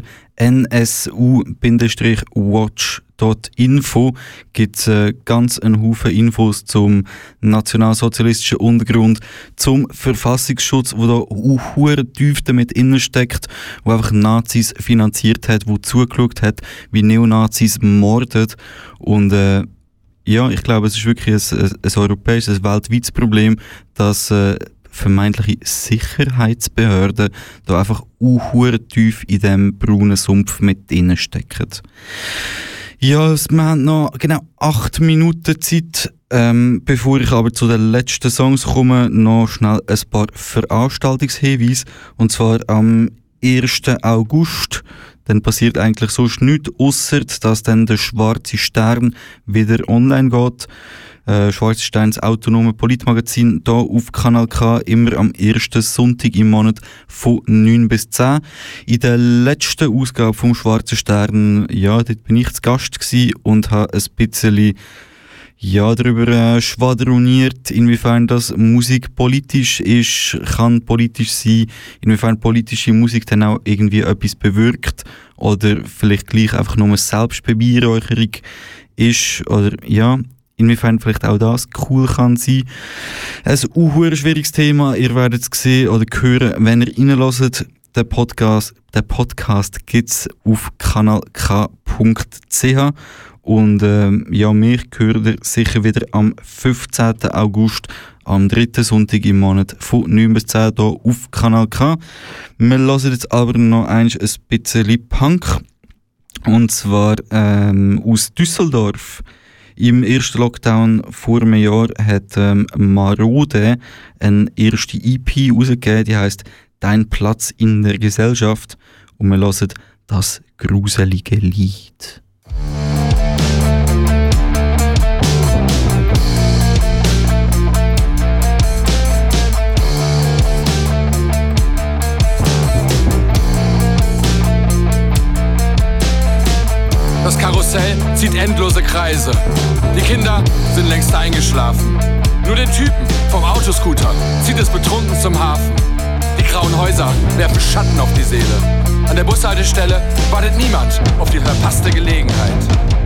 nsu-watch.info gibt's ganz einen Haufen Infos zum nationalsozialistischen Untergrund, zum Verfassungsschutz, wo da hure tief damit innen steckt, wo einfach Nazis finanziert hat, wo zugeschaut hat, wie Neonazis mordet. Und ja, ich glaube, es ist wirklich ein europäisches, ein weltweites Problem, dass vermeintliche Sicherheitsbehörden da einfach tief in diesem braunen Sumpf mit drin stecken. Ja, wir haben noch genau 8 Minuten Zeit. Bevor ich aber zu den letzten Songs komme, noch schnell ein paar Veranstaltungshinweise. Und zwar am 1. August. Dann passiert eigentlich sonst nichts, ausser dass dann der Schwarze Stern wieder online geht. Schwarze Stern, das autonome Politmagazin, hier auf Kanal K, immer am 1. Sonntag im Monat von 9 bis 10. In der letzten Ausgabe vom Schwarzen Stern, ja, dort bin ich zu Gast gewesen und habe ein bisschen darüber schwadroniert, inwiefern das Musik politisch ist, kann politisch sein, inwiefern politische Musik dann auch irgendwie etwas bewirkt oder vielleicht gleich einfach nur eine Selbstbeweihräucherung ist oder ja, inwiefern vielleicht auch das cool kann sein. Ein schwieriges Thema, ihr werdet es sehen oder hören, wenn ihr reinhört. Den Podcast gibt's auf kanalk.ch. Und mich hört ihr sicher wieder am 15. August, am 3. Sonntag im Monat von 9 bis 10 hier auf Kanal K. Wir hören jetzt aber noch ein bisschen Punk. Und zwar aus Düsseldorf. Im ersten Lockdown vor einem Jahr hat Marode eine erste EP rausgegeben, die heisst «Dein Platz in der Gesellschaft». Und wir hören das gruselige Lied. Karussell zieht endlose Kreise. Die Kinder sind längst eingeschlafen. Nur den Typen vom Autoscooter zieht es betrunken zum Hafen. Die grauen Häuser werfen Schatten auf die Seele. An der Bushaltestelle wartet niemand auf die verpasste Gelegenheit.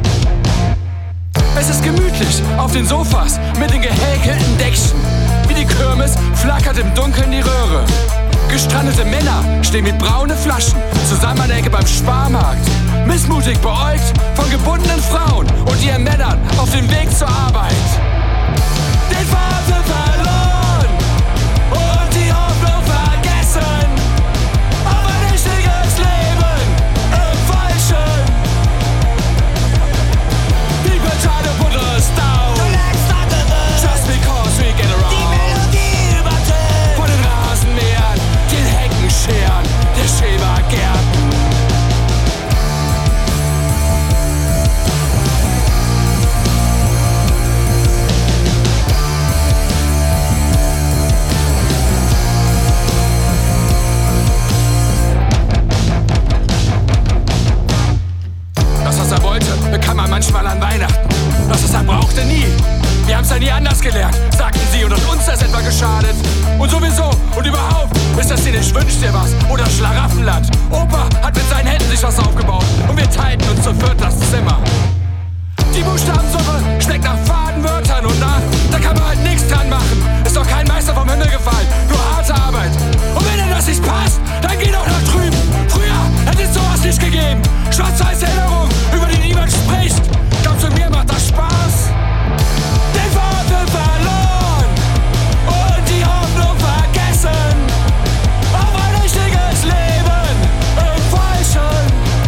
Es ist gemütlich auf den Sofas mit den gehäkelten Deckchen. Wie die Kirmes flackert im Dunkeln die Röhre. Gestrandete Männer stehen mit braunen Flaschen zusammen an der Ecke beim Sparmarkt. Missmutig beäugt von gebundenen Frauen und ihren Männern auf dem Weg zur Arbeit. Den Vater verloren und die Hoffnung vergessen. Aber ein richtiges Leben im Falschen. People try to put us down. Just because we get around. Die Melodie übertönt. Von den Rasenmähern, den Heckenscheren, der Schrebergärten. Bekam man manchmal an Weihnachten. Das, was er brauchte, nie. Wir haben's ja nie anders gelernt, sagten sie, und hat uns das etwa geschadet. Und sowieso und überhaupt ist das hier nicht Wünsch dir was oder Schlaraffenland. Opa hat mit seinen Händen sich was aufgebaut und wir teilten uns zu viert das Zimmer. Die Buchstabensuppe schmeckt nach Fadenwörtern und da kann man halt nichts dran machen. Ist doch kein Meister vom Himmel gefallen, nur harte Arbeit. Und wenn dir das nicht passt, dann geh doch nach drüben. Früher hätte es sowas nicht gegeben. Schwarz-weiß Erinnerung, über die niemand spricht. Glaubst du, mir macht das Spaß? Den Vater verloren und die Hoffnung vergessen. Auf ein richtiges Leben im Falschen.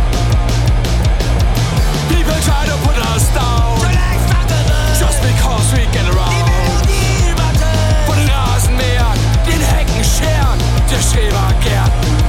People try to put us down. Just because we get around. Von den Rasenmähern, den Heckenscheren, der Schrebergärten.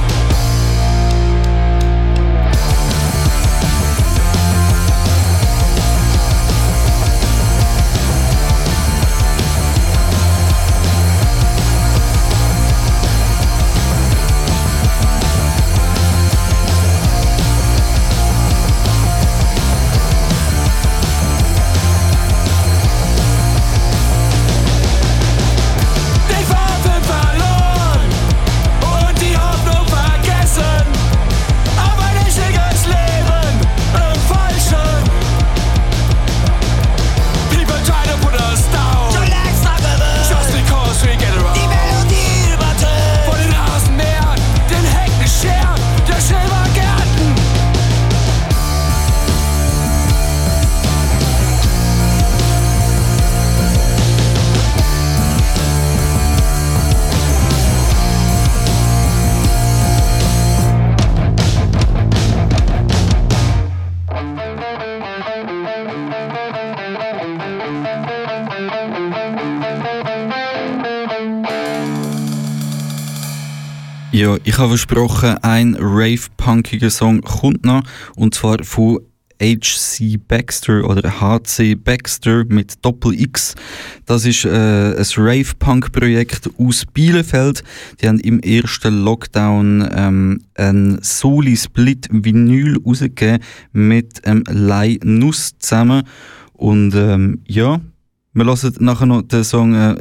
Ja, ich habe versprochen, ein rave-punkiger Song kommt noch, und zwar von HC Baxter oder HC Baxter mit Doppel-X. Das ist ein Rave-Punk-Projekt aus Bielefeld. Die haben im ersten Lockdown ein Soli-Split-Vinyl rausgegeben mit Lai Nuss zusammen. Und ja, wir hören nachher noch den Song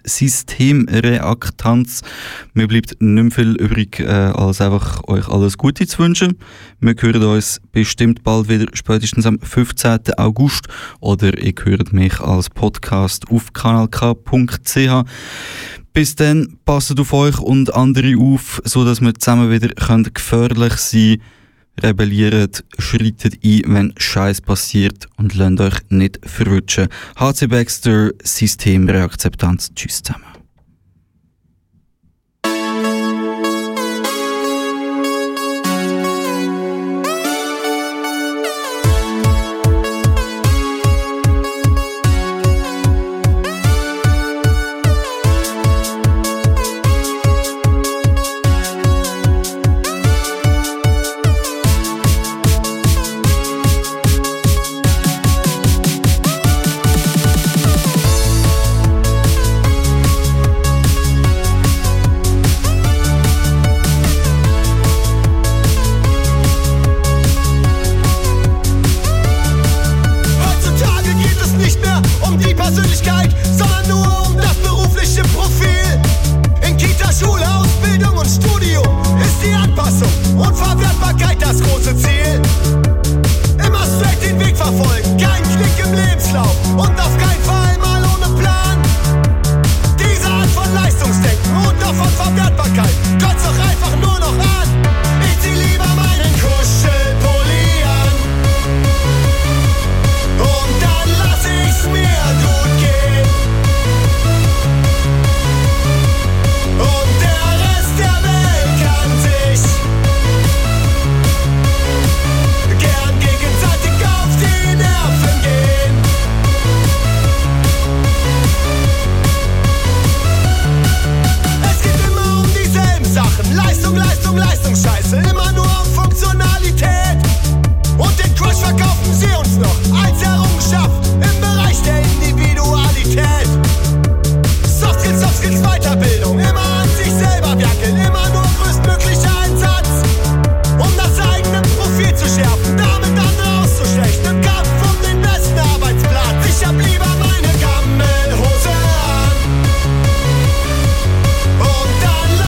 Systemreaktanz. Mir bleibt nicht mehr viel übrig, als einfach euch alles Gute zu wünschen. Wir hören uns bestimmt bald wieder, spätestens am 15. August. Oder ihr hört mich als Podcast auf kanalk.ch. Bis dann, passt auf euch und andere auf, sodass wir zusammen wieder gefährlich sein können. Rebelliert, schreitet ein, wenn Scheiß passiert, und lasst euch nicht verwutschen. HC Baxter, Systemreakzeptanz. Tschüss zusammen. große Ziele.